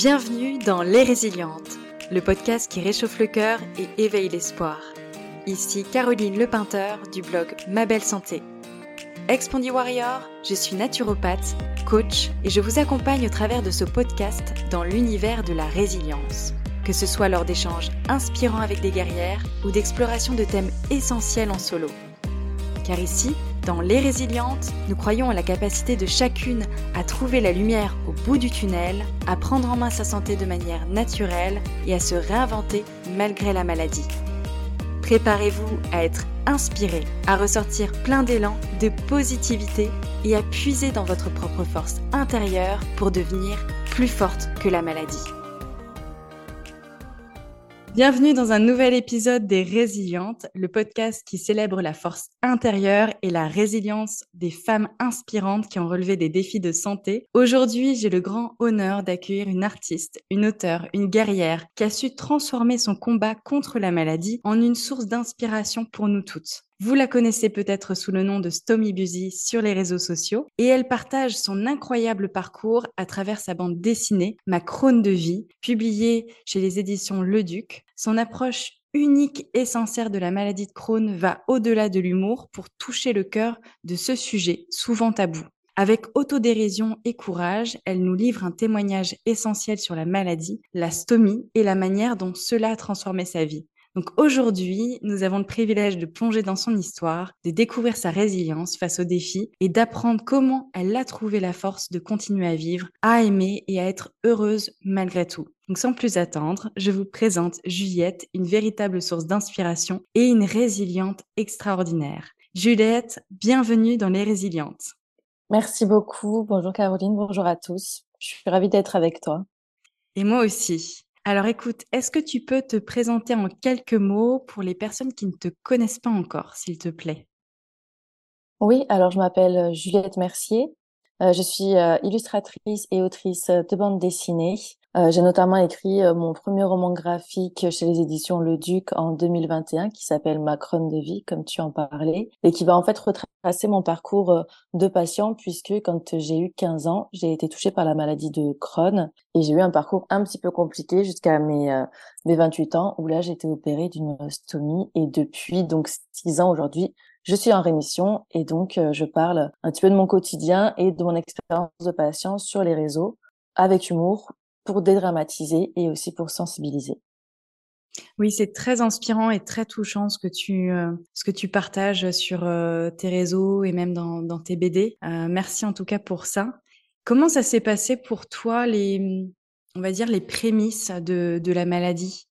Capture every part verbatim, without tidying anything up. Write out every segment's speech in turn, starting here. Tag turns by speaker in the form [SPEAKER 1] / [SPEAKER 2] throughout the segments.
[SPEAKER 1] Bienvenue dans Les Résilientes, le podcast qui réchauffe le cœur et éveille l'espoir. Ici Caroline Lepeinteur du blog Ma Belle Santé. Ex-Pondy Warrior, je suis naturopathe, coach et je vous accompagne au travers de ce podcast dans l'univers de la résilience. Que ce soit lors d'échanges inspirants avec des guerrières ou d'exploration de thèmes essentiels en solo. Car ici, dans Les Résilientes, nous croyons à la capacité de chacune à trouver la lumière au bout du tunnel, à prendre en main sa santé de manière naturelle et à se réinventer malgré la maladie. Préparez-vous à être inspiré, à ressortir plein d'élan, de positivité et à puiser dans votre propre force intérieure pour devenir plus forte que la maladie. Bienvenue dans un nouvel épisode des Résilientes, le podcast qui célèbre la force intérieure et la résilience des femmes inspirantes qui ont relevé des défis de santé. Aujourd'hui, j'ai le grand honneur d'accueillir une artiste, une auteure, une guerrière qui a su transformer son combat contre la maladie en une source d'inspiration pour nous toutes. Vous la connaissez peut-être sous le nom de Stomy Buzy sur les réseaux sociaux et elle partage son incroyable parcours à travers sa bande dessinée Ma Crône de vie, publiée chez les éditions Le Duc. Son approche unique et sincère de la maladie de Crohn va au-delà de l'humour pour toucher le cœur de ce sujet souvent tabou. Avec autodérision et courage, elle nous livre un témoignage essentiel sur la maladie, la stomie et la manière dont cela a transformé sa vie. Donc aujourd'hui, nous avons le privilège de plonger dans son histoire, de découvrir sa résilience face aux défis et d'apprendre comment elle a trouvé la force de continuer à vivre, à aimer et à être heureuse malgré tout. Donc sans plus attendre, je vous présente Juliette, une véritable source d'inspiration et une résiliente extraordinaire. Juliette, bienvenue dans Les Résilientes.
[SPEAKER 2] Merci beaucoup. Bonjour Caroline, bonjour à tous. Je suis ravie d'être avec toi.
[SPEAKER 1] Et moi aussi. Alors écoute, est-ce que tu peux te présenter en quelques mots pour les personnes qui ne te connaissent pas encore, s'il te plaît?
[SPEAKER 2] Oui, alors je m'appelle Juliette Mercier. Euh, je suis euh, illustratrice et autrice de bande dessinée. Euh, j'ai notamment écrit euh, mon premier roman graphique chez les éditions Le Duc en deux mille vingt et un qui s'appelle Ma Crône de vie, comme tu en parlais, et qui va en fait retracer mon parcours euh, de patient puisque quand j'ai eu quinze ans, j'ai été touchée par la maladie de Crohn et j'ai eu un parcours un petit peu compliqué jusqu'à mes, euh, mes vingt-huit ans où là j'ai été opérée d'une stomie et depuis donc six ans aujourd'hui, je suis en rémission et donc euh, je parle un petit peu de mon quotidien et de mon expérience de patient sur les réseaux avec humour pour dédramatiser et aussi pour sensibiliser.
[SPEAKER 1] Oui, c'est très inspirant et très touchant ce que tu, euh, ce que tu partages sur euh, tes réseaux et même dans, dans tes B D. Euh, merci en tout cas pour ça. Comment ça s'est passé pour toi, les, on va dire, les prémices de, de la maladie?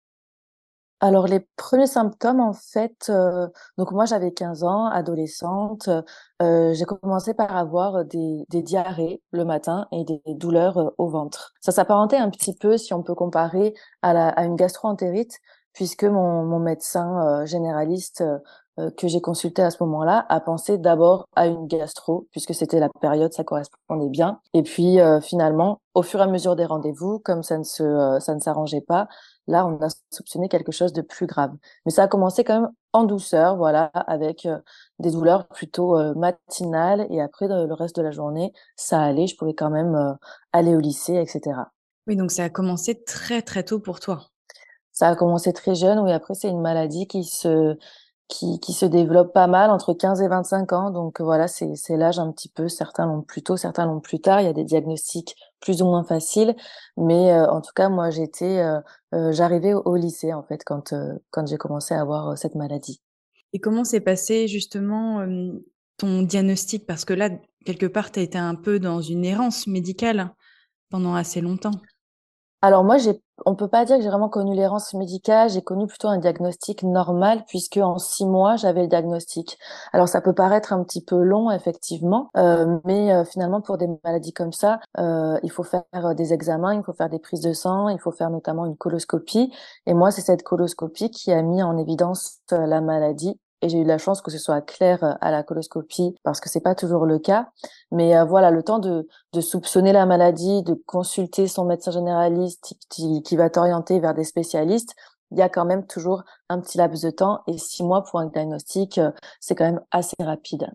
[SPEAKER 2] Alors les premiers symptômes en fait, euh, donc moi j'avais quinze ans, adolescente, euh, j'ai commencé par avoir des, des diarrhées le matin et des douleurs euh, au ventre. Ça s'apparentait un petit peu, si on peut comparer, à, la, à une gastro-entérite, puisque mon, mon médecin euh, généraliste euh, euh, que j'ai consulté à ce moment-là a pensé d'abord à une gastro, puisque c'était la période, ça correspondait bien. Et puis euh, finalement, au fur et à mesure des rendez-vous, comme ça ne se, euh, ça ne s'arrangeait pas, là, on a soupçonné quelque chose de plus grave. Mais ça a commencé quand même en douceur, voilà, avec euh, des douleurs plutôt euh, matinales. Et après, euh, le reste de la journée, ça allait. Je pouvais quand même euh, aller au lycée, et cetera.
[SPEAKER 1] Oui, donc ça a commencé très très tôt pour toi.
[SPEAKER 2] Ça a commencé très jeune. Oui, après, c'est une maladie qui se qui, qui se développe pas mal entre quinze et vingt-cinq ans. Donc voilà, c'est, c'est l'âge un petit peu. Certains l'ont plus tôt, certains l'ont plus tard. Il y a des diagnostics plus ou moins faciles. Mais euh, en tout cas, moi, j'étais, euh, euh, j'arrivais au, au lycée, en fait, quand, euh, quand j'ai commencé à avoir euh, cette maladie.
[SPEAKER 1] Et comment s'est passé justement euh, ton diagnostic? Parce que là, quelque part, tu as été un peu dans une errance médicale pendant assez longtemps.
[SPEAKER 2] Alors moi, j'ai, on peut pas dire que j'ai vraiment connu l'errance médicale. J'ai connu plutôt un diagnostic normal puisque en six mois j'avais le diagnostic. Alors ça peut paraître un petit peu long effectivement, euh, mais euh, finalement pour des maladies comme ça, euh, il faut faire euh, des examens, il faut faire des prises de sang, il faut faire notamment une coloscopie. Et moi, c'est cette coloscopie qui a mis en évidence euh, la maladie. Et j'ai eu la chance que ce soit clair euh, à la coloscopie parce que c'est pas toujours le cas. Mais euh, voilà, le temps de de soupçonner la maladie, de consulter son médecin généraliste qui, qui va t'orienter vers des spécialistes, il y a quand même toujours un petit laps de temps et six mois pour un diagnostic, euh, c'est quand même assez rapide.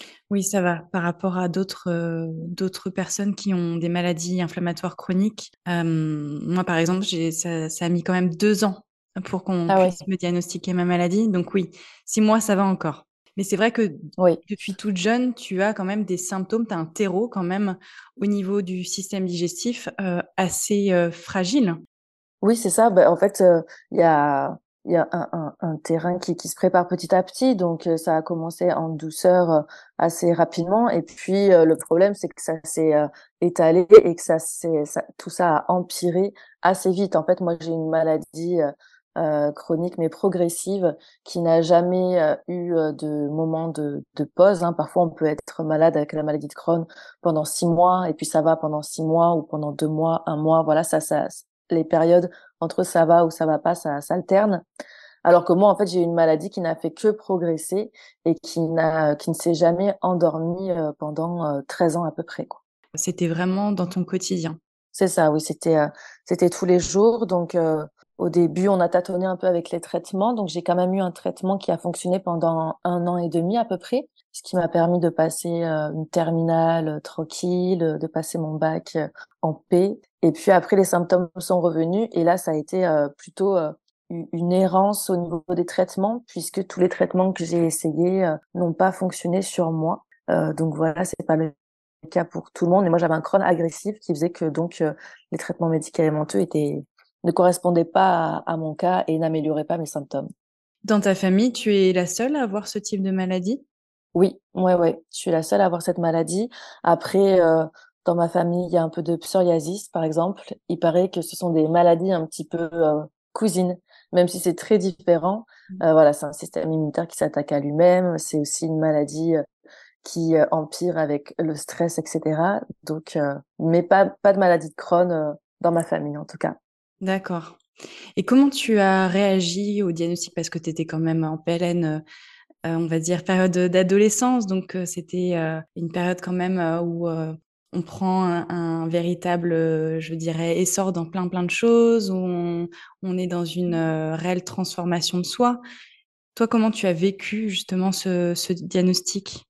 [SPEAKER 1] Oui, ça va. Par rapport à d'autres, heu, d'autres personnes qui ont des maladies inflammatoires chroniques, hem, moi, par exemple, j'ai ça ça a mis quand même deux ans pour qu'on
[SPEAKER 2] Ah ouais,
[SPEAKER 1] puisse me diagnostiquer ma maladie. Donc oui, six mois, ça va encore. Mais c'est vrai que
[SPEAKER 2] oui.
[SPEAKER 1] depuis toute jeune, tu as quand même des symptômes, tu as un terreau quand même au niveau du système digestif, heu, assez, heu, fragile.
[SPEAKER 2] Oui, c'est ça. Bah, en fait, heu, il y a il y a un un un terrain qui qui se prépare petit à petit, donc heu, ça a commencé en douceur, heu, assez rapidement et puis, heu, le problème, c'est que ça s'est, heu, étalé et que ça s'est ça tout ça a empiré assez vite. En fait, moi, j'ai une maladie, heu heu, chronique mais progressive qui n'a jamais, heu, eu, heu, de moment de de pause, hein. Parfois, on peut être malade avec la maladie de Crohn pendant six mois et puis ça va pendant six mois ou pendant deux mois, un mois, voilà, ça ça les périodes entre ça va ou ça va pas, ça s'alterne. Alors que moi, en fait, j'ai une maladie qui n'a fait que progresser et qui n'a qui ne s'est jamais endormie, heu, pendant, heu, treize ans à peu près, quoi.
[SPEAKER 1] C'était vraiment dans ton quotidien.
[SPEAKER 2] C'est ça, oui, c'était, heu, c'était tous les jours donc heu, au début, on a tâtonné un peu avec les traitements donc j'ai quand même eu un traitement qui a fonctionné pendant un an et demi à peu près, ce qui m'a permis de passer, heu, une terminale, heu, tranquille, heu, de passer mon bac, heu, en paix et puis après les symptômes sont revenus et là, ça a été, heu, plutôt, heu, u une errance au niveau des traitements puisque tous les traitements que j'ai essayés, heu, n'ont pas fonctionné sur moi, heu, donc voilà, c'est pas le cas pour tout le monde. Et moi, j'avais un Crohn agressif qui faisait que donc heu, les traitements médicamenteux étaient ne correspondaient pas à à mon cas et n'amélioraient pas mes symptômes.
[SPEAKER 1] Dans ta famille, tu es la seule à avoir ce type de maladie?
[SPEAKER 2] Oui, ouais, ouais, je suis la seule à avoir cette maladie. Après, heu, dans ma famille, il y a un peu de psoriasis, par exemple. Il paraît que ce sont des maladies un petit peu, heu, cousines, même si c'est très différent.
[SPEAKER 1] Mmh.
[SPEAKER 2] Heu, voilà, c'est un système immunitaire qui s'attaque à lui-même. C'est aussi une maladie, heu, qui, heu, empire avec le stress et cetera. Donc heu, mais pas pas de maladie de Crohn, heu, dans ma famille, en tout cas.
[SPEAKER 1] D'accord. Et comment tu as réagi au diagnostic? Parce que tu étais quand même en pleine, heu heu, on va dire période, d'adolescence, donc heu, c'était, heu, une période quand même, heu, où, heu, on prend un un véritable, heu, je dirais, essor dans plein, plein de choses, où on on est dans une, heu, réelle transformation de soi. Toi, comment tu as vécu justement ce ce diagnostic?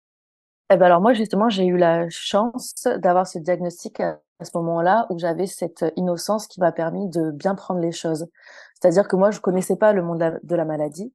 [SPEAKER 2] Et ben alors moi justement, j'ai eu la chance d'avoir ce diagnostic à à ce moment-là où j'avais cette innocence qui m'a permis de bien prendre les choses. C'est-à-dire que moi, je connaissais pas le monde de la de la maladie,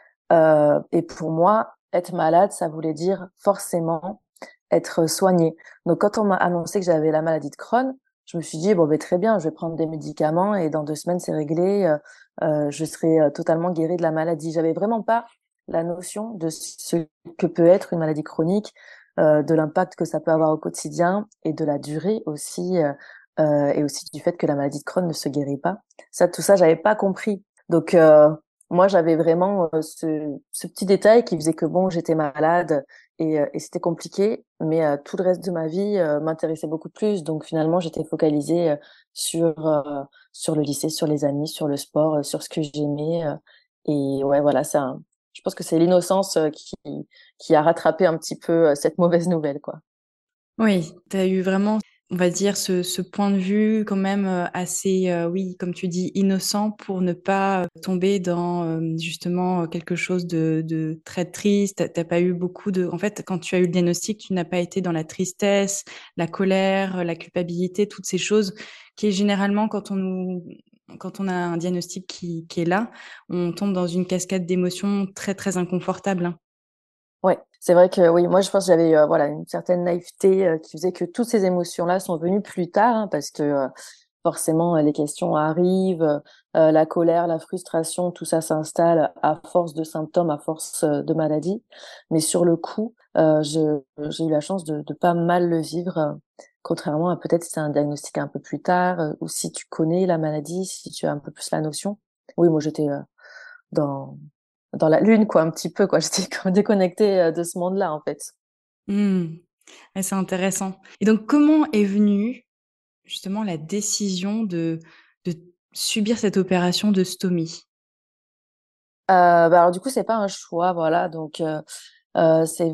[SPEAKER 2] heu et pour moi, être malade, ça voulait dire forcément être soignée. Donc quand on m'a annoncé que j'avais la maladie de Crohn, je me suis dit: «Bon, beh, très bien, je vais prendre des médicaments et dans deux semaines, c'est réglé, heu heu, je serai, heu, totalement guérie de la maladie». J'avais vraiment pas la notion de ce que peut être une maladie chronique, heu, de l'impact que ça peut avoir au quotidien et de la durée aussi, heu heu et aussi du fait que la maladie de Crohn ne se guérit pas. Ça, tout ça, j'avais pas compris. Donc heu, moi, j'avais vraiment, heu, ce ce petit détail qui faisait que bon, j'étais malade et heu et c'était compliqué, mais heu, tout le reste de ma vie, heu, m'intéressait beaucoup plus. Donc finalement, j'étais focalisée, heu, sur, heu, sur le lycée, sur les amis, sur le sport, heu, sur ce que j'aimais, heu et ouais, voilà, c'est un je pense que c'est l'innocence, heu, qui qui a rattrapé un petit peu, heu, cette mauvaise nouvelle, quoi.
[SPEAKER 1] Oui, tu as eu vraiment, on va dire, ce ce point de vue quand même, heu, assez, heu, oui, comme tu dis, innocent pour ne pas, heu, tomber dans, hem, justement, heu, quelque chose de de très triste. Tu as pas eu beaucoup de en fait, quand tu as eu le diagnostic, tu n'as pas été dans la tristesse, la colère, la culpabilité, toutes ces choses qui généralement quand on nous quand on a un diagnostic qui qui est là, on tombe dans une cascade d'émotions très, très inconfortable, hein.
[SPEAKER 2] Ouais, c'est vrai que oui, moi je pense que j'avais, heu, voilà, une certaine naïveté, heu, qui faisait que toutes ces émotions-là sont venues plus tard, hein, parce que, heu, forcément, heu, les questions arrivent, heu heu, la colère, la frustration, tout ça s'installe à force de symptômes, à force, heu, de maladies. Mais sur le coup, heu, je j'ai eu la chance de de pas mal le vivre, heu, contrairement à peut-être si c'est un diagnostic un peu plus tard, heu, ou si tu connais la maladie, si tu as un peu plus la notion. Oui, moi j'étais, heu, dans dans la lune quoi, un petit peu quoi. J'étais comme déconnectée, heu, de ce monde-là, en fait.
[SPEAKER 1] Mmh. Ouais, c'est intéressant. Et donc comment est venue justement la décision de de subir cette opération de stomie?
[SPEAKER 2] Heu, bah, alors du coup, c'est pas un choix, voilà, donc heu heu, c'est venu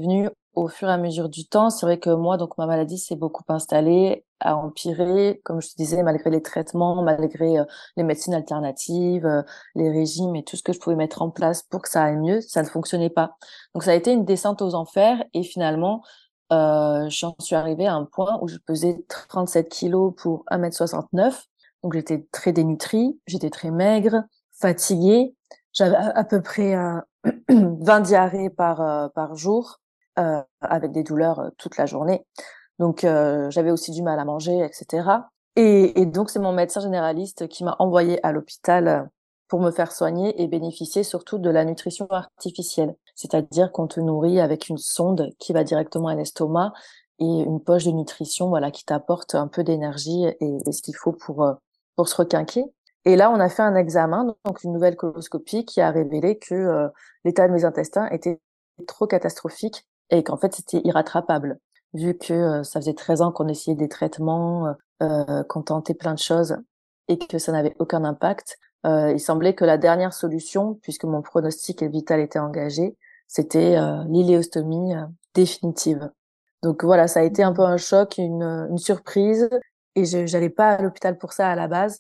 [SPEAKER 2] au fur et à mesure du temps, c'est vrai que moi, donc ma maladie s'est beaucoup installée, a empiré, comme je te disais, malgré les traitements, malgré euh, les médecines alternatives, euh, les régimes et tout ce que je pouvais mettre en place pour que ça aille mieux, ça ne fonctionnait pas. Donc ça a été une descente aux enfers et finalement, euh, j'en suis arrivée à un point où je pesais trente-sept kilos pour un mètre soixante-neuf. Donc j'étais très dénutrie, j'étais très maigre, fatiguée. J'avais à, à peu près euh, vingt diarrhées par, euh, par jour, euh, avec des douleurs euh, toute la journée. Donc, euh, j'avais aussi du mal à manger, et cetera. Et, et donc, c'est mon médecin généraliste qui m'a envoyée à l'hôpital euh, pour me faire soigner et bénéficier surtout de la nutrition artificielle. C'est-à-dire qu'on te nourrit avec une sonde qui va directement à l'estomac et une poche de nutrition, voilà, qui t'apporte un peu d'énergie et, et ce qu'il faut pour, euh, pour se requinquer. Et là, on a fait un examen, donc une nouvelle coloscopie qui a révélé que euh, l'état de mes intestins était trop catastrophique et qu'en fait, c'était irrattrapable. Vu que euh, ça faisait treize ans qu'on essayait des traitements, euh, euh, qu'on tentait plein de choses et que ça n'avait aucun impact, euh, il semblait que la dernière solution, puisque mon pronostic vital était engagé, c'était euh, l'iléostomie euh, définitive. Donc voilà, ça a été un peu un choc, une, une surprise, et je n'allais pas à l'hôpital pour ça à la base.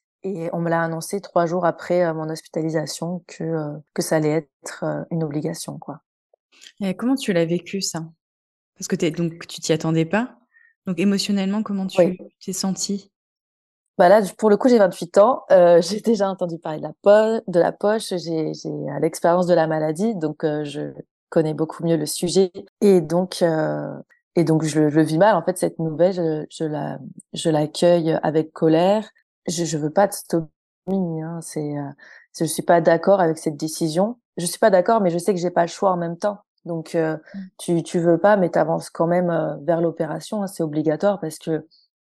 [SPEAKER 2] Et on me l'a annoncé trois jours après euh, mon hospitalisation que euh, que ça allait être euh, une obligation, quoi.
[SPEAKER 1] Et comment tu l'as vécu ça? Parce que tu donc tu t'y attendais pas. Donc émotionnellement, comment
[SPEAKER 2] Oui.
[SPEAKER 1] tu t'es sentie?
[SPEAKER 2] Bah là, pour le coup, j'ai vingt-huit ans. Euh, j'ai déjà entendu parler de la poche, de la poche. J'ai j'ai euh, l'expérience de la maladie, donc euh, je connais beaucoup mieux le sujet. Et donc euh, et donc je, je vis mal en fait cette nouvelle. Je, je la je l'accueille avec colère. Je je veux pas de stomie. Hein, c'est euh, je suis pas d'accord avec cette décision. Je suis pas d'accord, mais je sais que j'ai pas le choix en même temps. Donc euh,
[SPEAKER 1] Mmh.
[SPEAKER 2] tu tu veux pas, mais t'avances quand même euh, vers l'opération. Hein, c'est obligatoire parce que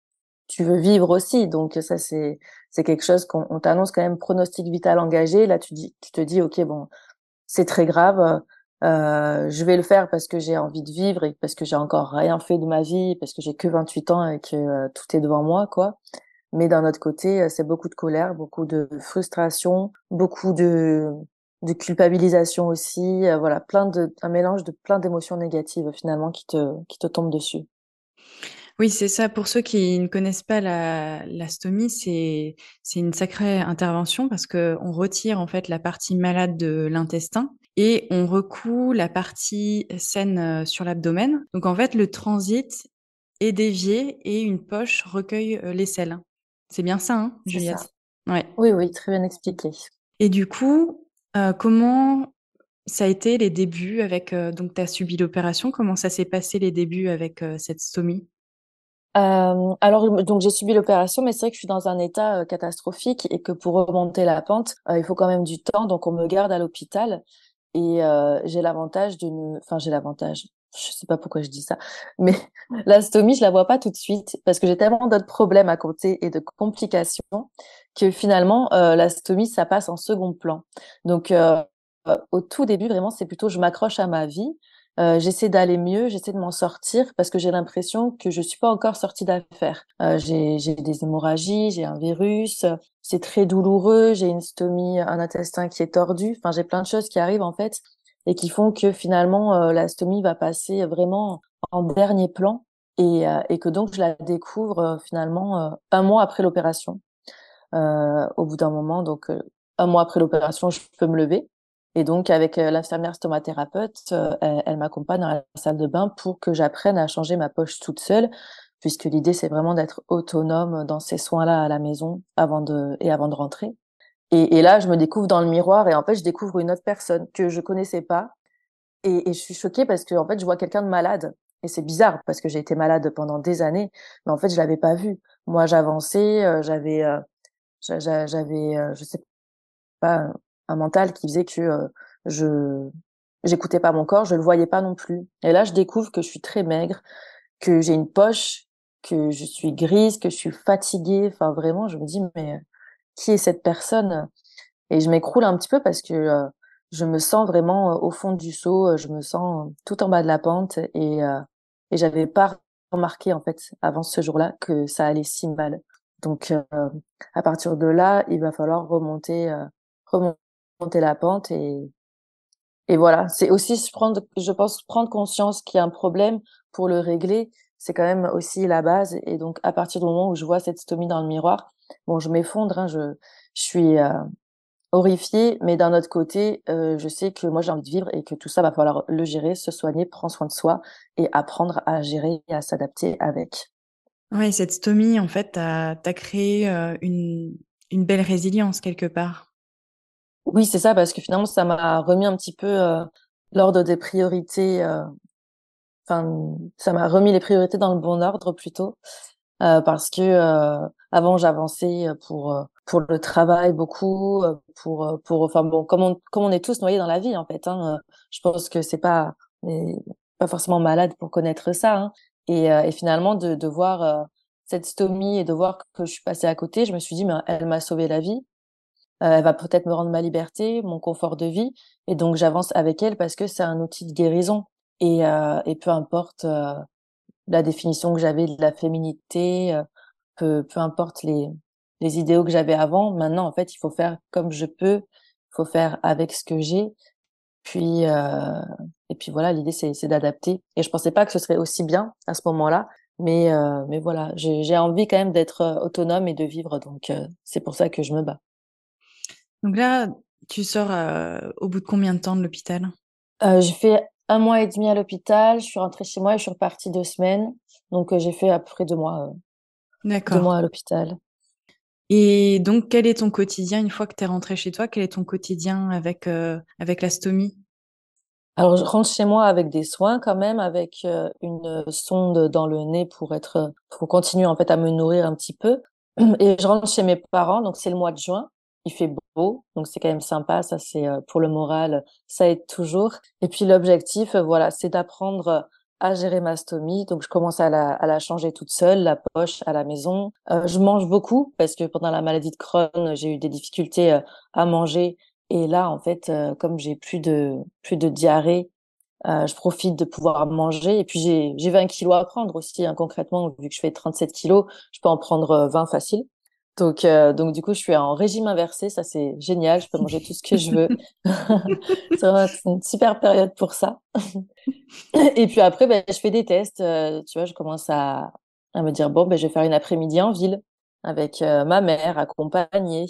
[SPEAKER 2] tu veux vivre aussi. Donc ça, c'est c'est quelque chose qu'on on t'annonce quand même pronostic vital engagé. Là, tu dis, tu te dis, ok, bon, c'est très grave. Euh, je vais le faire parce que j'ai envie de vivre et parce que j'ai encore rien fait de ma vie, parce que j'ai que vingt-huit ans et que euh, tout est devant moi, quoi. Mais d'un autre côté, euh, c'est beaucoup de colère, beaucoup de frustration, beaucoup de de culpabilisation aussi. Euh, voilà, plein de un mélange de plein d'émotions négatives finalement qui te qui te tombent dessus.
[SPEAKER 1] Oui, c'est ça. Pour ceux qui ne connaissent pas la la stomie, c'est c'est une sacrée intervention parce qu'on retire, en fait, la partie malade de l'intestin et on recoud la partie saine, heu, sur l'abdomen. Donc en fait, le transit est dévié et une poche recueille, heu, les selles. C'est bien ça, hein,
[SPEAKER 2] C'est ça.
[SPEAKER 1] Juliette? Ouais.
[SPEAKER 2] Oui, oui, très bien expliqué.
[SPEAKER 1] Et du coup, heu, comment ça a été les débuts avec, heu donc tu as subi l'opération, comment ça s'est passé les débuts avec, heu, cette stomie?
[SPEAKER 2] Euh, alors donc j'ai subi l'opération, mais c'est vrai que je suis dans un état euh, catastrophique et que pour remonter la pente, euh, il faut quand même du temps. Donc on me garde à l'hôpital et euh, j'ai l'avantage de ne, enfin j'ai l'avantage. Je sais pas pourquoi je dis ça, mais la stomie je la vois pas tout de suite parce que j'ai tellement d'autres problèmes à côté et de complications que finalement euh, la stomie ça passe en second plan. Donc euh, euh, au tout début vraiment c'est plutôt je m'accroche à ma vie. Euh, j'essaie d'aller mieux, j'essaie de m'en sortir parce que j'ai l'impression que je suis pas encore sortie d'affaire. Euh, j'ai, j'ai des hémorragies, j'ai un virus, euh, c'est très douloureux, j'ai une stomie, un intestin qui est tordu. Enfin, j'ai plein de choses qui arrivent en fait et qui font que finalement euh, la stomie va passer vraiment en dernier plan et, euh, et que donc je la découvre euh, finalement euh, un mois après l'opération. Euh, au bout d'un moment, donc euh, un mois après l'opération, je peux me lever. Et donc, avec euh, l'infirmière stomathérapeute, euh, elle, elle m'accompagne dans la salle de bain pour que j'apprenne à changer ma poche toute seule, puisque l'idée, c'est vraiment d'être autonome dans ces soins-là à la maison avant de, et avant de rentrer. Et, et là, je me découvre dans le miroir et en fait, je découvre une autre personne que je connaissais pas. Et, et je suis choquée parce que, en fait, je vois quelqu'un de malade. Et c'est bizarre parce que j'ai été malade pendant des années, mais en fait, je l'avais pas vu. Moi, j'avançais, euh, j'avais, euh, j'a- j'a- j'avais, euh, je sais pas, un mental qui faisait que euh, je j'écoutais pas mon corps, je le voyais pas non plus. Et là, je découvre que je suis très maigre, que j'ai une poche, que je suis grise, que je suis fatiguée. Enfin, vraiment, je me dis, mais euh, qui est cette personne? Et je m'écroule un petit peu parce que euh, je me sens vraiment euh, au fond du seau, euh, je me sens euh, tout en bas de la pente et, euh, et j'avais pas remarqué en fait avant ce jour-là que ça allait si mal. Donc euh, à partir de là, il va falloir remonter, euh, remonter la pente et, et voilà, c'est aussi se prendre, je pense, prendre conscience qu'il y a un problème pour le régler, c'est quand même aussi la base. Et donc, à partir du moment où je vois cette stomie dans le miroir, bon, je m'effondre, hein, je, je suis euh, horrifiée, mais d'un autre côté, euh, je sais que moi j'ai envie de vivre et que tout ça va falloir le gérer, se soigner, prendre soin de soi et apprendre à gérer et à s'adapter avec.
[SPEAKER 1] Oui, cette stomie, en fait, t'a tu créé, heu, une une belle résilience quelque part.
[SPEAKER 2] Oui, c'est ça, parce que finalement, ça m'a remis un petit peu euh, l'ordre des priorités. euh, Enfin, ça m'a remis les priorités dans le bon ordre plutôt, euh, parce que euh, avant j'avançais pour euh, pour le travail beaucoup, euh, pour euh, pour enfin bon, comme on comme on est tous noyés dans la vie en fait, hein, euh, je pense que c'est pas on est pas forcément malade pour connaître ça, hein, et euh, et finalement de de voir euh, cette stomie et de voir que je suis passée à côté, je me suis dit mais elle m'a sauvé la vie, euh, elle va peut-être me rendre ma liberté, mon confort de vie, et donc j'avance avec elle parce que c'est un outil de guérison. Et, euh, et peu importe euh, la définition que j'avais de la féminité, euh, peu, peu importe les, les idéaux que j'avais avant, maintenant, en fait, il faut faire comme je peux, il faut faire avec ce que j'ai. Puis, euh, et puis voilà, l'idée, c'est, c'est d'adapter. Et je pensais pas que ce serait aussi bien à ce moment-là, mais, euh, mais voilà, j'ai, j'ai envie quand même d'être euh, autonome et de vivre, donc euh, c'est pour ça que je me bats.
[SPEAKER 1] Donc là, tu sors, heu, au bout de combien de temps de l'hôpital?
[SPEAKER 2] Euh, j'ai fait un mois et demi à l'hôpital, je suis rentrée chez moi et je suis repartie deux semaines. Donc, euh, j'ai fait à peu près deux mois, euh, deux
[SPEAKER 1] D'accord.
[SPEAKER 2] mois à l'hôpital.
[SPEAKER 1] Et donc quel est ton quotidien une fois que tu es rentrée chez toi? Quel est ton quotidien avec, heu, avec la stomie?
[SPEAKER 2] Alors, je rentre chez moi avec des soins quand même, avec euh, une euh, sonde dans le nez pour être, euh, pour continuer en fait à me nourrir un petit peu. Et je rentre chez mes parents, donc c'est le mois de juin. Il fait beau, donc c'est quand même sympa. Ça, c'est euh, pour le moral, ça aide toujours. Et puis l'objectif, euh, voilà, c'est d'apprendre euh, à gérer ma stomie. Donc je commence à la, à la changer toute seule, la poche à la maison. Euh, je mange beaucoup parce que pendant la maladie de Crohn, j'ai eu des difficultés euh, à manger. Et là, en fait, euh, comme j'ai plus de plus de diarrhée, euh, je profite de pouvoir manger. Et puis j'ai j'ai vingt kilos à prendre aussi, hein, concrètement, vu que je fais trente-sept kilos, je peux en prendre euh, vingt facile. Donc euh, donc du coup, je suis en régime inversé. Ça, c'est génial. Je peux manger tout ce que je veux. C'est vraiment une super période pour ça. Et puis après, ben, je fais des tests. Euh, tu vois, je commence à à me dire bon, ben je vais faire une après-midi en ville avec euh, ma mère accompagnée.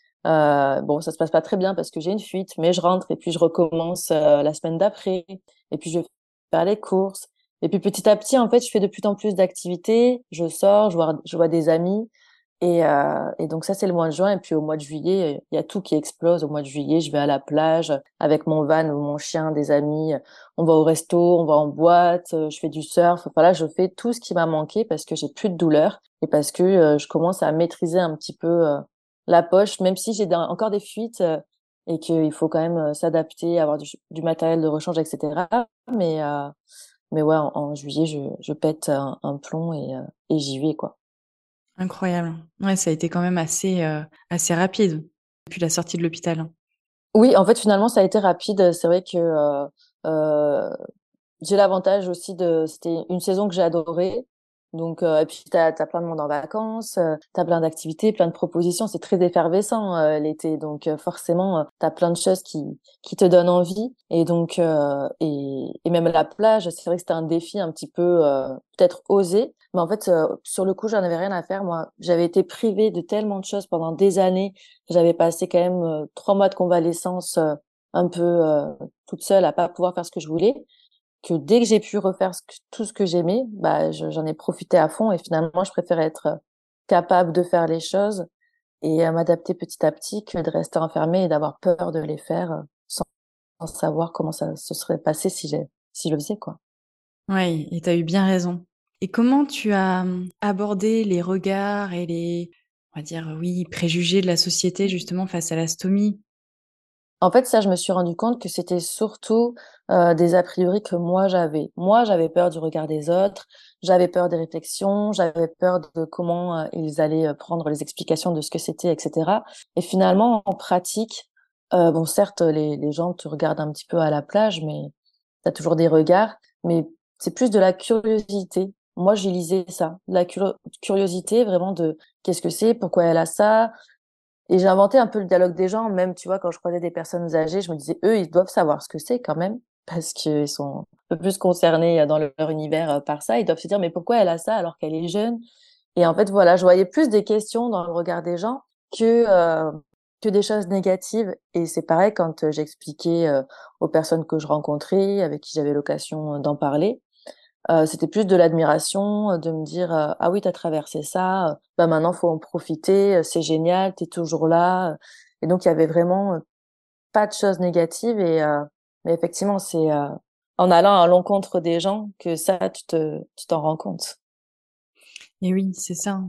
[SPEAKER 2] Euh, bon, ça se passe pas très bien parce que j'ai une fuite, mais je rentre et puis je recommence euh, la semaine d'après. Et puis je vais faire les courses. Et puis petit à petit, en fait, je fais de plus en plus d'activités. Je sors, je vois, je vois des amis. Et, euh, et donc ça, c'est le mois de juin. Et puis au mois de juillet, il y a tout qui explose. Au mois de juillet, je vais à la plage avec mon van ou mon chien, des amis. On va au resto, on va en boîte, euh, je fais du surf. Voilà, je fais tout ce qui m'a manqué parce que j'ai plus de douleur et parce que euh, je commence à maîtriser un petit peu euh, la poche, même si j'ai d'un- encore des fuites euh, et qu'il faut quand même euh, s'adapter, avoir du, du matériel de rechange, et cetera. Mais euh, mais ouais, en, en juillet, je, je pète un, un plomb et, euh, et j'y vais, quoi.
[SPEAKER 1] Incroyable. Ouais, ça a été quand même assez, heu, assez rapide depuis la sortie de l'hôpital.
[SPEAKER 2] Oui, en fait, finalement, ça a été rapide. C'est vrai que euh, euh, j'ai l'avantage aussi de, c'était une saison que j'ai adorée. Donc, euh, et puis t'as, t'as plein de monde en vacances, euh, t'as plein d'activités, plein de propositions. C'est très effervescent euh, l'été, donc euh, forcément euh, t'as plein de choses qui qui te donnent envie. Et donc euh, et et même la plage, c'est vrai que c'était un défi un petit peu euh, peut-être osé, mais en fait euh, sur le coup j'en avais rien à faire. Moi, j'avais été privée de tellement de choses pendant des années. J'avais passé quand même euh, trois mois de convalescence euh, un peu euh, toute seule à pas pouvoir faire ce que je voulais, que dès que j'ai pu refaire ce que- tout ce que j'aimais, bah, je- j'en ai profité à fond et finalement, je préfère être euh, capable de faire les choses et à m'adapter petit à petit que de rester enfermée et d'avoir peur de les faire euh, sans, sans savoir comment ça se serait passé si j'ai, si je le faisais, quoi.
[SPEAKER 1] Ouais, et tu as eu bien raison. Et comment tu as, mmh, abordé les regards et les, on va dire, oui, préjugés de la société justement face à la stomie?
[SPEAKER 2] En fait, ça, je me suis rendu compte que c'était surtout euh, des a priori que moi j'avais. Moi, j'avais peur du regard des autres, j'avais peur des réflexions, j'avais peur de comment euh, ils allaient euh, prendre les explications de ce que c'était, et cetera. Et finalement, en pratique, euh, bon, certes, les, les gens te regardent un petit peu à la plage, mais t'as toujours des regards, mais c'est plus de la curiosité. Moi, j'ai lisé ça, de la curio- curiosité vraiment de qu'est-ce que c'est, pourquoi elle a ça, Et j'ai inventé un peu le dialogue des gens, même, tu vois, quand je croisais des personnes âgées, je me disais, eux, ils doivent savoir ce que c'est quand même, parce qu'ils sont un peu plus concernés dans leur univers euh, par ça. Ils doivent se dire, mais pourquoi elle a ça alors qu'elle est jeune? Et en fait, voilà, je voyais plus des questions dans le regard des gens que euh, que des choses négatives. Et c'est pareil quand euh, j'expliquais euh, aux personnes que je rencontrais, avec qui j'avais l'occasion euh, d'en parler. Euh, c'était plus de l'admiration, euh, de me dire euh, ah oui, t'as traversé ça, euh, bah maintenant faut en profiter, euh, c'est génial, t'es toujours là. Et donc il y avait vraiment euh, pas de choses négatives. Et euh, mais effectivement, c'est euh, en allant à l'encontre des gens que ça, tu te tu t'en rends compte.
[SPEAKER 1] Et oui, c'est ça.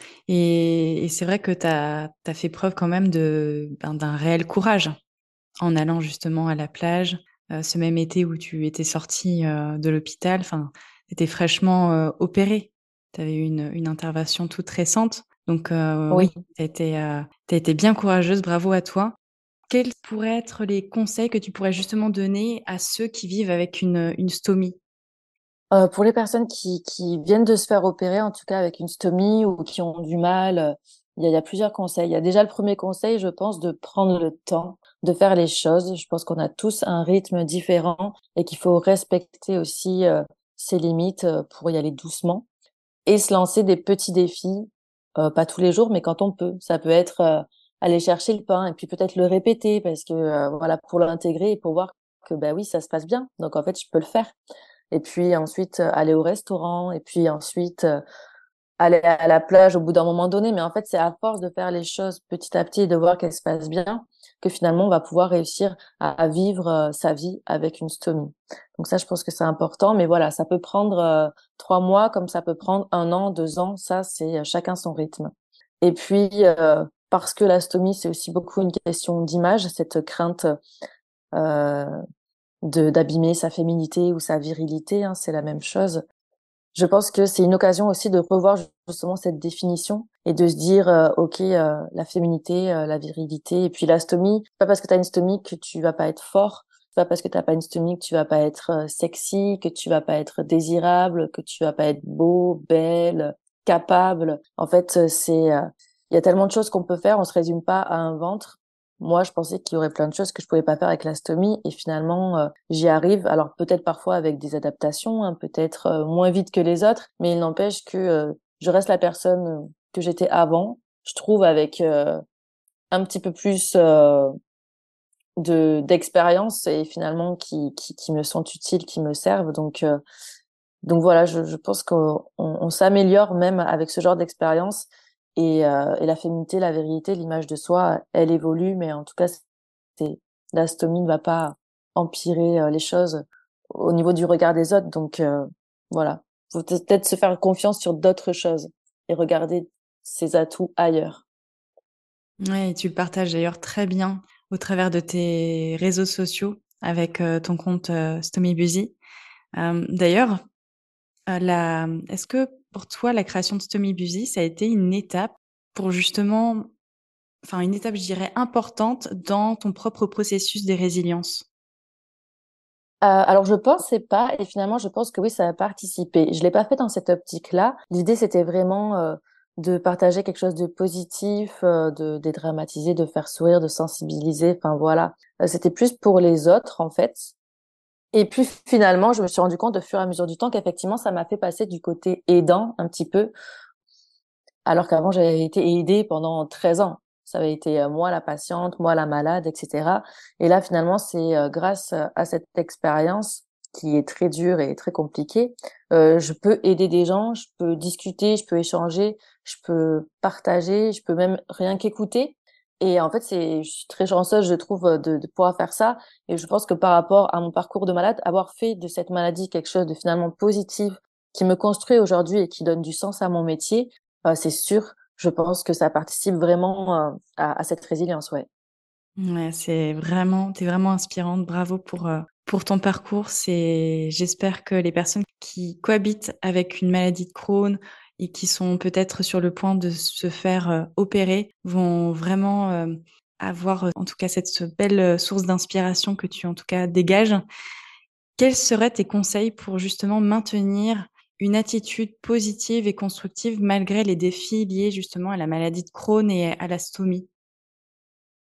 [SPEAKER 1] Et et c'est vrai que tu as fait preuve quand même de, ben, d'un réel courage en allant justement à la plage, heu, ce même été où tu étais sortie, heu, de l'hôpital, enfin, tu étais fraîchement, heu, opérée. Tu avais eu une une intervention toute récente, donc heu,
[SPEAKER 2] Oui.
[SPEAKER 1] oui, tu as été, heu, tu as été bien courageuse, bravo à toi. Quels pourraient être les conseils que tu pourrais justement donner à ceux qui vivent avec une, une stomie?
[SPEAKER 2] Heu, pour les personnes qui qui viennent de se faire opérer, en tout cas avec une stomie ou qui ont du mal, heu, il y a il y a plusieurs conseils. Il y a déjà le premier conseil, je pense, de prendre le temps de faire les choses. Je pense qu'on a tous un rythme différent et qu'il faut respecter aussi, heu, ses limites, heu, pour y aller doucement et se lancer des petits défis, heu, pas tous les jours, mais quand on peut. Ça peut être, heu, aller chercher le pain et puis peut-être le répéter parce que, heu, voilà, pour l'intégrer et pour voir que, bah, oui, ça se passe bien. Donc en fait, je peux le faire. Et puis ensuite, heu, aller au restaurant et puis ensuite, heu, aller à la plage au bout d'un moment donné. Mais en fait, c'est à force de faire les choses petit à petit et de voir qu'elles se passent bien, que finalement on va pouvoir réussir à à vivre, heu, sa vie avec une stomie. Donc ça, je pense que c'est important. Mais voilà, ça peut prendre, heu, trois mois comme ça peut prendre un an, deux ans. Ça, c'est, heu, chacun son rythme. Et puis, heu, parce que la stomie, c'est aussi beaucoup une question d'image, cette crainte, heu de d'abîmer sa féminité ou sa virilité, hein, c'est la même chose. Je pense que c'est une occasion aussi de revoir justement cette définition et de se dire, heu: «OK, heu, la féminité, heu, la virilité et puis la stomie, c'est pas parce que tu as une stomie que tu vas pas être fort, c'est pas parce que tu as pas une stomie que tu vas pas être, heu, sexy, que tu vas pas être désirable, que tu vas pas être beau, belle, capable». En fait, heu, c'est, heu, il y a tellement de choses qu'on peut faire, on se résume pas à un ventre. Moi, je pensais qu'il y aurait plein de choses que je pouvais pas faire avec la stomie et finalement, heu, j'y arrive. Alors peut-être parfois avec des adaptations, hein, peut-être, heu, moins vite que les autres, mais il n'empêche que, heu, je reste la personne, heu, que j'étais avant. Je trouve avec, heu, un petit peu plus, heu, de d'expérience et finalement qui qui qui me sont utiles, qui me servent donc heu, donc voilà, je je pense qu'on on on s'améliore même avec ce genre d'expérience et heu et la féminité, la virilité, l'image de soi, elle évolue mais en tout cas c'est la stomie ne va pas empirer, heu, les choses au niveau du regard des autres donc heu, voilà. Faut peut peut-être se faire confiance sur d'autres choses et regarder ses atouts ailleurs.
[SPEAKER 1] Ouais, tu le partages d'ailleurs très bien au travers de tes réseaux sociaux avec, heu, ton compte, heu, StommyBusy. Hem, d'ailleurs, heu, la est-ce que pour toi la création de StommyBusy, ça a été une étape pour justement enfin une étape je dirais importante dans ton propre processus de résilience?
[SPEAKER 2] Heu, alors je pensais pas et finalement je pense que oui, ça a participé. Je l'ai pas fait dans cette optique-là. L'idée c'était vraiment, heu, de partager quelque chose de positif, heu, de dédramatiser, de faire sourire, de sensibiliser, enfin voilà. Heu, c'était plus pour les autres en fait et puis finalement je me suis rendu compte au fur et à mesure du temps qu'effectivement ça m'a fait passer du côté aidant un petit peu, alors qu'avant j'avais été aidée pendant treize ans. Ça avait été, heu, moi la patiente, moi la malade et cetera et là finalement c'est, heu, grâce, heu, à cette expérience qui est très dure et très compliquée, heu, je peux aider des gens, je peux discuter, je peux échanger, je peux partager, je peux même rien qu'écouter et en fait c'est je suis très chanceuse je trouve, heu, de de pouvoir faire ça et je pense que par rapport à mon parcours de malade, avoir fait de cette maladie quelque chose de finalement positif, qui me construit aujourd'hui et qui donne du sens à mon métier, Heu, c'est sûr, je pense que ça participe vraiment, heu, à à cette résilience, ouais.
[SPEAKER 1] Ouais, c'est vraiment tu es vraiment inspirante. Bravo pour, heu, pour ton parcours. C'est j'espère que les personnes qui cohabitent avec une maladie de Crohn et qui sont peut-être sur le point de se faire, heu, opérer vont vraiment, hem, avoir, heu, en tout cas cette ce belle, heu, source d'inspiration que tu, en tout cas, dégages. Quels seraient tes conseils pour justement maintenir une attitude positive et constructive malgré les défis liés justement à la maladie de Crohn et à la stomie?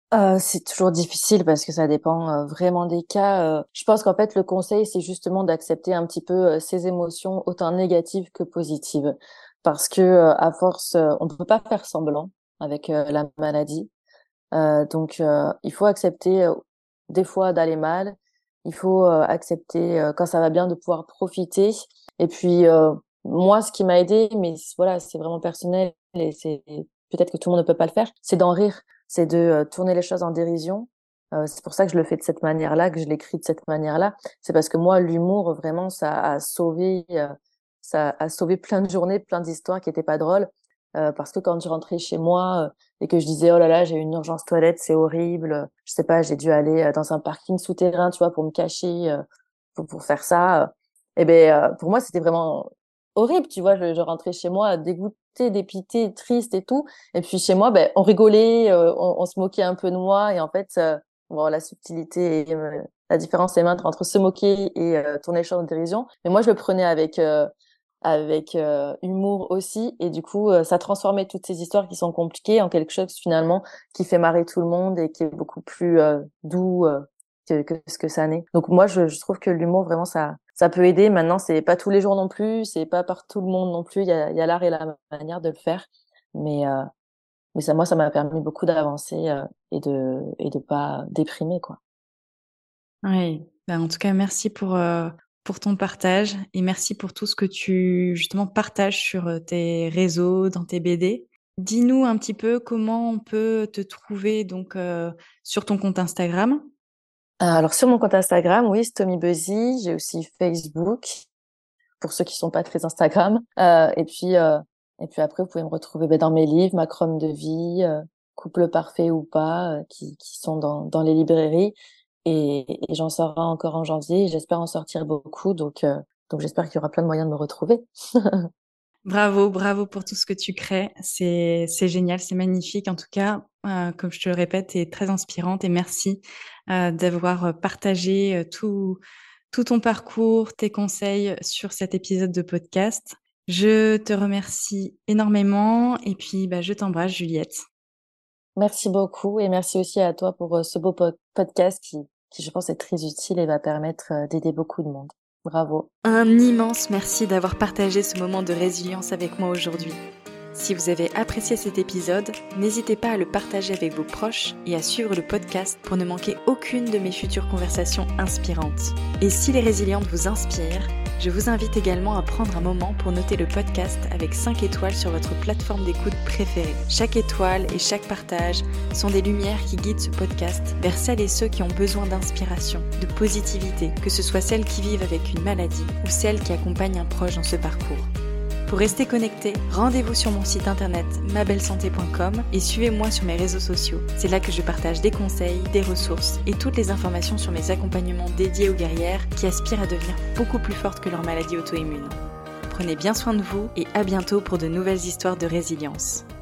[SPEAKER 2] Euh, c'est toujours difficile parce que ça dépend euh, vraiment des cas. Euh, je pense qu'en fait, le conseil, c'est justement d'accepter un petit peu euh, ses émotions, autant négatives que positives. Parce que euh, à force, euh, on ne peut pas faire semblant avec euh, la maladie. Euh, donc, euh, il faut accepter euh, des fois d'aller mal. Il faut euh, accepter euh, quand ça va bien de pouvoir profiter. Et puis, euh, moi, ce qui m'a aidé, mais voilà, c'est vraiment personnel et c'est peut-être que tout le monde ne peut pas le faire, c'est d'en rire, c'est de euh, tourner les choses en dérision. Euh, c'est pour ça que je le fais de cette manière-là, que je l'écris de cette manière-là. C'est parce que moi, l'humour, vraiment, ça a sauvé, euh, ça a sauvé plein de journées, plein d'histoires qui étaient pas drôles. Euh, parce que quand je rentrais chez moi, euh, et que je disais oh là là j'ai une urgence toilette, c'est horrible, je sais pas, j'ai dû aller euh, dans un parking souterrain, tu vois, pour me cacher, euh, pour pour faire ça, euh, et ben euh, pour moi c'était vraiment horrible, tu vois. je, je rentrais chez moi dégoûtée, dépitée, triste et tout, et puis chez moi ben on rigolait, euh, on, on se moquait un peu de moi, et en fait euh, bon, la subtilité et euh, la différence est mince entre se moquer et euh, tourner les choses en dérision, mais moi je le prenais avec euh, avec euh, humour aussi, et du coup euh, ça transformait toutes ces histoires qui sont compliquées en quelque chose finalement qui fait marrer tout le monde et qui est beaucoup plus euh, doux euh, que, que ce que ça n'est. Donc moi je, je trouve que l'humour vraiment ça ça peut aider. Maintenant c'est pas tous les jours non plus, c'est pas par tout le monde non plus, il y a il y a l'art et la manière de le faire, mais euh, mais ça moi ça m'a permis beaucoup d'avancer euh, et de et de pas déprimer quoi.
[SPEAKER 1] Oui, bah, en tout cas, merci pour, heu, pour ton partage et merci pour tout ce que tu, justement, partages sur, heu, tes réseaux, dans tes B D. Dis-nous un petit peu comment on peut te trouver donc, heu, sur ton compte Instagram?
[SPEAKER 2] Euh, alors sur mon compte Instagram, oui, c'est Tommy Buzzy. J'ai aussi Facebook pour ceux qui sont pas très Instagram. Euh, et puis euh, et puis après, vous pouvez me retrouver ben, dans mes livres, Macron de vie, euh, Couple parfait ou pas, euh, qui qui sont dans dans les librairies. Et, et j'en sors un encore en janvier. J'espère en sortir beaucoup, donc euh, donc j'espère qu'il y aura plein de moyens de me retrouver.
[SPEAKER 1] Bravo, bravo pour tout ce que tu crées. C'est c'est génial, c'est magnifique. En tout cas, heu, comme je te le répète, tu es très inspirante et merci, heu, d'avoir, heu, partagé, heu, tout tout ton parcours, tes conseils sur cet épisode de podcast. Je te remercie énormément et puis, bah, je t'embrasse Juliette.
[SPEAKER 2] Merci beaucoup, et merci aussi à toi pour euh, ce beau po- podcast qui qui je pense est très utile et va permettre euh, d'aider beaucoup de monde. Bravo.
[SPEAKER 1] Un immense merci d'avoir partagé ce moment de résilience avec moi aujourd'hui. Si vous avez apprécié cet épisode, n'hésitez pas à le partager avec vos proches et à suivre le podcast pour ne manquer aucune de mes futures conversations inspirantes. Et si les résilientes vous inspirent, je vous invite également à prendre un moment pour noter le podcast avec cinq étoiles sur votre plateforme d'écoute préférée. Chaque étoile et chaque partage sont des lumières qui guident ce podcast vers celles et ceux qui ont besoin d'inspiration, de positivité, que ce soit celles qui vivent avec une maladie ou celles qui accompagnent un proche dans ce parcours. Pour rester connecté, rendez-vous sur mon site internet ma belle santé point com et suivez-moi sur mes réseaux sociaux. C'est là que je partage des conseils, des ressources et toutes les informations sur mes accompagnements dédiés aux guerrières qui aspirent à devenir beaucoup plus fortes que leur maladie auto-immune. Prenez bien soin de vous et à bientôt pour de nouvelles histoires de résilience.